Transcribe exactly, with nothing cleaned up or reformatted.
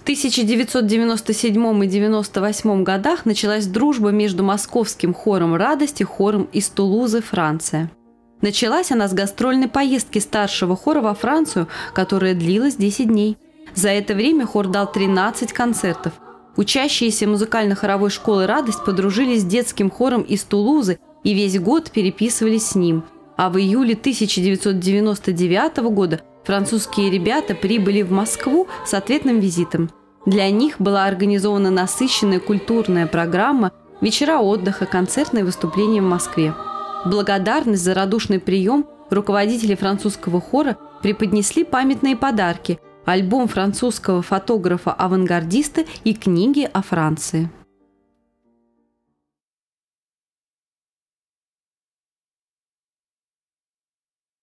тысяча девятьсот девяносто седьмом и девяносто восьмом годах началась дружба между московским хором «Радость» и хором из Тулузы, Франция. Началась она с гастрольной поездки старшего хора во Францию, которая длилась десять дней. За это время хор дал тринадцать концертов. Учащиеся музыкально-хоровой школы «Радость» подружились с детским хором из Тулузы и весь год переписывались с ним. А в июле тысяча девятьсот девяносто девятого года французские ребята прибыли в Москву с ответным визитом. Для них была организована насыщенная культурная программа, вечера отдыха, концертные выступления в Москве. В благодарность за радушный прием руководители французского хора преподнесли памятные подарки – альбом французского фотографа-авангардиста и книги о Франции.